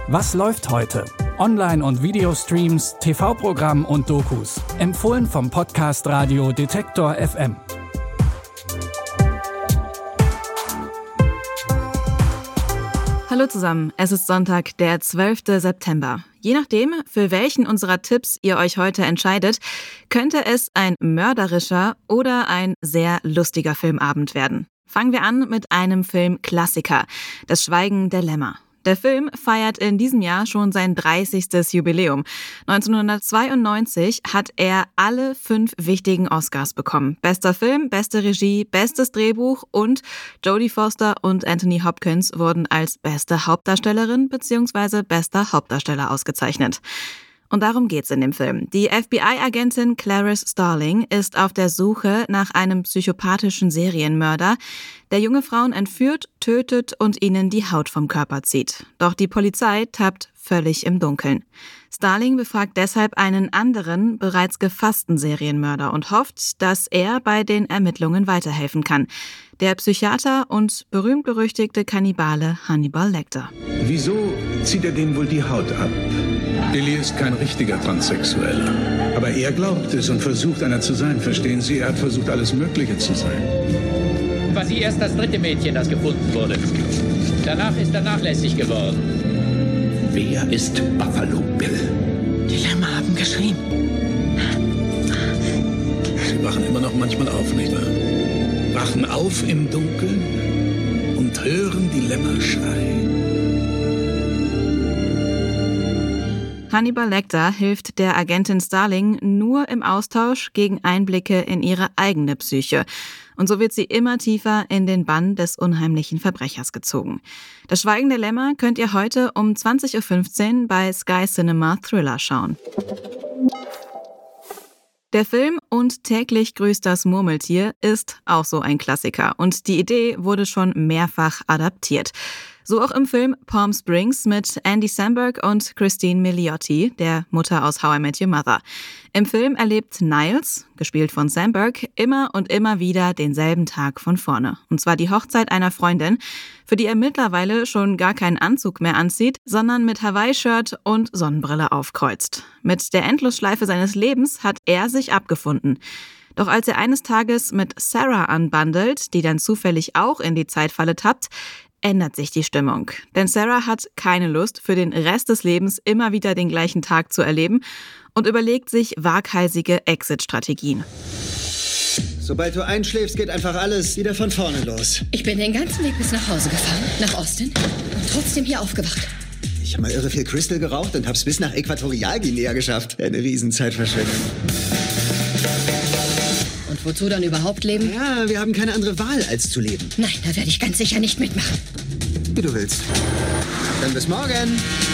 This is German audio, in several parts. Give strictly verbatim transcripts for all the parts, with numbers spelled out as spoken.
Was läuft heute? Online- und Videostreams, T V-Programm und Dokus. Empfohlen vom Podcast Radio Detektor F M. Hallo zusammen, es ist Sonntag, der zwölfte September. Je nachdem, für welchen unserer Tipps ihr euch heute entscheidet, könnte es ein mörderischer oder ein sehr lustiger Filmabend werden. Fangen wir an mit einem Filmklassiker, Das Schweigen der Lämmer. Der Film feiert in diesem Jahr schon sein dreißigstes Jubiläum. neunzehnhundertzweiundneunzig hat er alle fünf wichtigen Oscars bekommen. Bester Film, beste Regie, bestes Drehbuch und Jodie Foster und Anthony Hopkins wurden als beste Hauptdarstellerin bzw. bester Hauptdarsteller ausgezeichnet. Und darum geht's in dem Film. Die F B I-Agentin Clarice Starling ist auf der Suche nach einem psychopathischen Serienmörder, der junge Frauen entführt, tötet und ihnen die Haut vom Körper zieht. Doch die Polizei tappt völlig im Dunkeln. Starling befragt deshalb einen anderen, bereits gefassten Serienmörder und hofft, dass er bei den Ermittlungen weiterhelfen kann. Der Psychiater und berühmt-berüchtigte Kannibale Hannibal Lecter. Wieso zieht er denen wohl die Haut ab? Billy ist kein richtiger Transsexueller. Aber er glaubt es und versucht, einer zu sein. Verstehen Sie? Er hat versucht, alles Mögliche zu sein. War sie erst das dritte Mädchen, das gefunden wurde. Danach ist er nachlässig geworden. Wer ist Buffalo Bill? Die Lämmer haben geschrien. Sie wachen immer noch manchmal auf, nicht wahr? Wachen auf im Dunkeln und hören die Lämmer schreien. Hannibal Lecter hilft der Agentin Starling nur im Austausch gegen Einblicke in ihre eigene Psyche. Und so wird sie immer tiefer in den Bann des unheimlichen Verbrechers gezogen. Das Schweigen der Lämmer könnt ihr heute um zwanzig Uhr fünfzehn bei Sky Cinema Thriller schauen. Der Film Und täglich grüßt das Murmeltier ist auch so ein Klassiker und die Idee wurde schon mehrfach adaptiert. So auch im Film Palm Springs mit Andy Samberg und Christine Milioti, der Mutter aus How I Met Your Mother. Im Film erlebt Niles, gespielt von Samberg, immer und immer wieder denselben Tag von vorne. Und zwar die Hochzeit einer Freundin, für die er mittlerweile schon gar keinen Anzug mehr anzieht, sondern mit Hawaii-Shirt und Sonnenbrille aufkreuzt. Mit der Endlosschleife seines Lebens hat er sich abgefunden. Doch als er eines Tages mit Sarah anbandelt, die dann zufällig auch in die Zeitfalle tappt, ändert sich die Stimmung. Denn Sarah hat keine Lust, für den Rest des Lebens immer wieder den gleichen Tag zu erleben und überlegt sich waghalsige Exit-Strategien. Sobald du einschläfst, geht einfach alles wieder von vorne los. Ich bin den ganzen Weg bis nach Hause gefahren, nach Austin, und trotzdem hier aufgewacht. Ich habe mal irre viel Crystal geraucht und hab's bis nach Äquatorialguinea geschafft. Eine Riesenzeitverschwendung. Und wozu dann überhaupt leben? Ja, wir haben keine andere Wahl, als zu leben. Nein, da werde ich ganz sicher nicht mitmachen. Wie du willst. Dann bis morgen.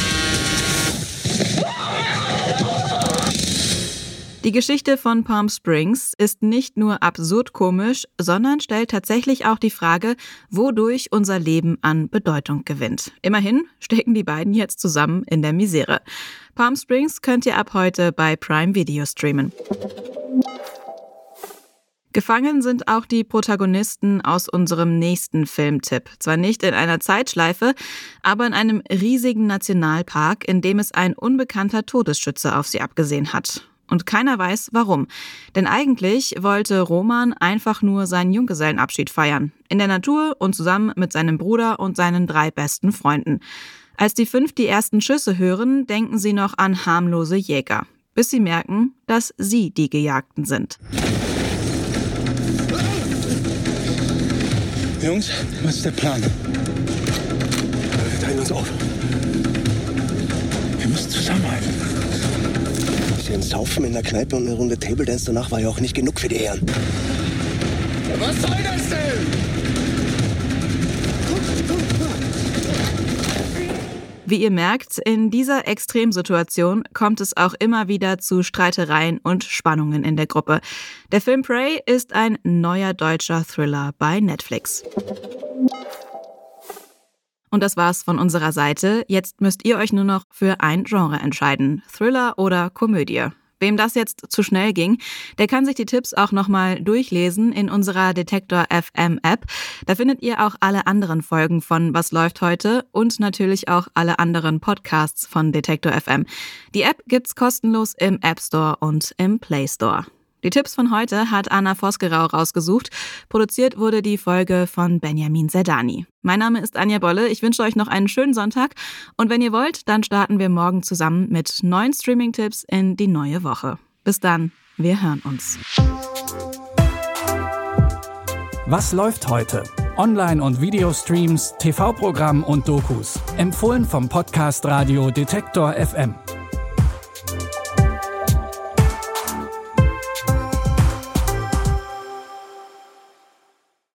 Die Geschichte von Palm Springs ist nicht nur absurd komisch, sondern stellt tatsächlich auch die Frage, wodurch unser Leben an Bedeutung gewinnt. Immerhin stecken die beiden jetzt zusammen in der Misere. Palm Springs könnt ihr ab heute bei Prime Video streamen. Gefangen sind auch die Protagonisten aus unserem nächsten Filmtipp. Zwar nicht in einer Zeitschleife, aber in einem riesigen Nationalpark, in dem es ein unbekannter Todesschütze auf sie abgesehen hat. Und keiner weiß, warum. Denn eigentlich wollte Roman einfach nur seinen Junggesellenabschied feiern. In der Natur und zusammen mit seinem Bruder und seinen drei besten Freunden. Als die fünf die ersten Schüsse hören, denken sie noch an harmlose Jäger. Bis sie merken, dass sie die Gejagten sind. Jungs, was ist der Plan? Wir teilen uns auf. Wir müssen zusammenhalten. Ein Saufen in der Kneipe und eine Runde Table Dance danach war ja auch nicht genug für die Herren. Was soll das denn? Wie ihr merkt, in dieser Extremsituation kommt es auch immer wieder zu Streitereien und Spannungen in der Gruppe. Der Film Prey ist ein neuer deutscher Thriller bei Netflix. Und das war's von unserer Seite. Jetzt müsst ihr euch nur noch für ein Genre entscheiden. Thriller oder Komödie. Wem das jetzt zu schnell ging, der kann sich die Tipps auch nochmal durchlesen in unserer Detektor F M App. Da findet ihr auch alle anderen Folgen von Was läuft heute und natürlich auch alle anderen Podcasts von Detektor F M. Die App gibt's kostenlos im App Store und im Play Store. Die Tipps von heute hat Anna Vosgerau rausgesucht. Produziert wurde die Folge von Benjamin Zerdani. Mein Name ist Anja Bolle. Ich wünsche euch noch einen schönen Sonntag. Und wenn ihr wollt, dann starten wir morgen zusammen mit neuen Streaming-Tipps in die neue Woche. Bis dann, wir hören uns. Was läuft heute? Online- und Videostreams, T V-Programm und Dokus. Empfohlen vom Podcast Radio Detektor F M.